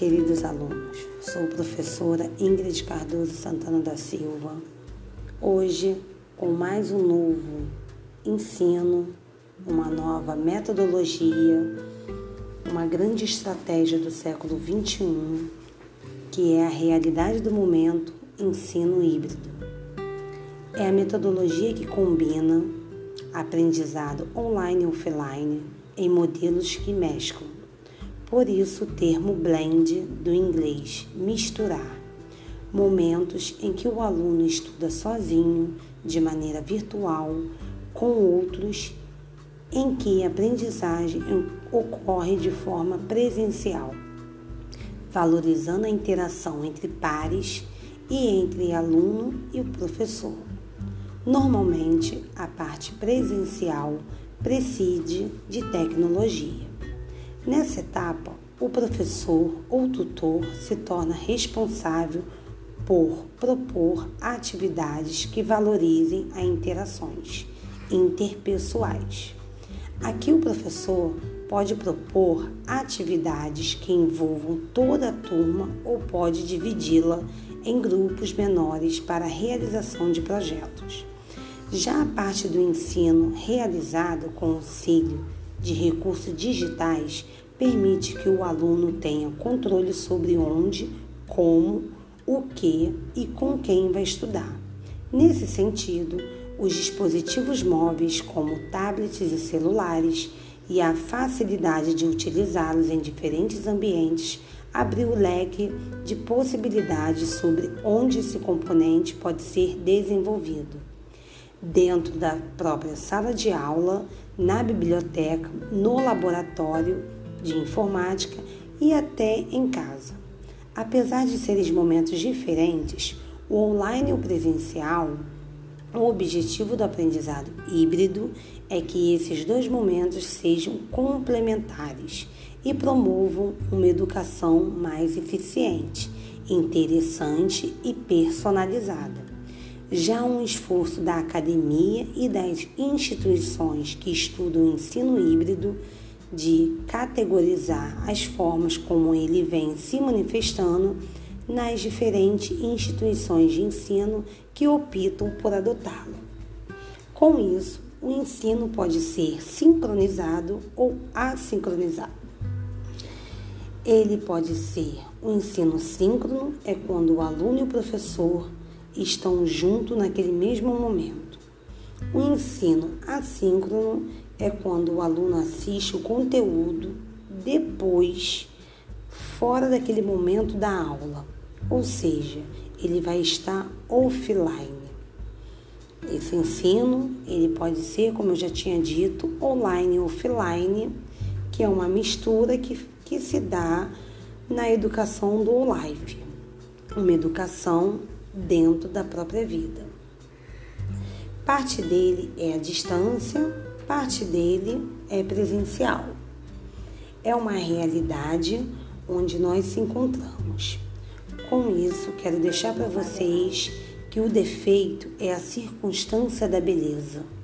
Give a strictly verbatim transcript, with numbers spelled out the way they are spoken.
queridos alunos, sou professora Ingrid Cardoso Santana da Silva, hoje com mais um novo ensino, uma nova metodologia, uma grande estratégia do século vinte e um, que é a realidade do momento, ensino híbrido. É a metodologia que combina aprendizado online e offline em modelos que mesclam. Por isso o termo blend do inglês, misturar. Momentos em que o aluno estuda sozinho, de maneira virtual, com outros, em que a aprendizagem ocorre de forma presencial, valorizando a interação entre pares e entre aluno e o professor. Normalmente, a parte presencial prescinde de tecnologia. Nessa etapa, o professor ou tutor se torna responsável por propor atividades que valorizem as interações interpessoais. Aqui o professor pode propor atividades que envolvam toda a turma ou pode dividi-la em grupos menores para a realização de projetos. Já a parte do ensino realizado com auxílio de recursos digitais permite que o aluno tenha controle sobre onde, como, o que e com quem vai estudar. Nesse sentido, os dispositivos móveis como tablets e celulares e a facilidade de utilizá-los em diferentes ambientes abriu o leque de possibilidades sobre onde esse componente pode ser desenvolvido. Dentro da própria sala de aula, na biblioteca, no laboratório de informática e até em casa. Apesar de serem momentos diferentes, o online e o presencial, o objetivo do aprendizado híbrido é que esses dois momentos sejam complementares e promovam uma educação mais eficiente, interessante e personalizada. Já um esforço da academia e das instituições que estudam o ensino híbrido de categorizar as formas como ele vem se manifestando nas diferentes instituições de ensino que optam por adotá-lo. Com isso, o ensino pode ser sincronizado ou assincronizado. Ele pode ser o ensino síncrono, é quando o aluno e o professor estão juntos naquele mesmo momento. O ensino assíncrono é quando o aluno assiste o conteúdo depois, fora daquele momento da aula, ou seja, ele vai estar offline. Esse ensino, ele pode ser, como eu já tinha dito, online e offline, que é uma mistura que, que se dá na educação do live, uma educação dentro da própria vida. Parte dele é a distância, parte dele é presencial. É uma realidade onde nós se encontramos. Com isso, quero deixar para vocês que o defeito é a circunstância da beleza.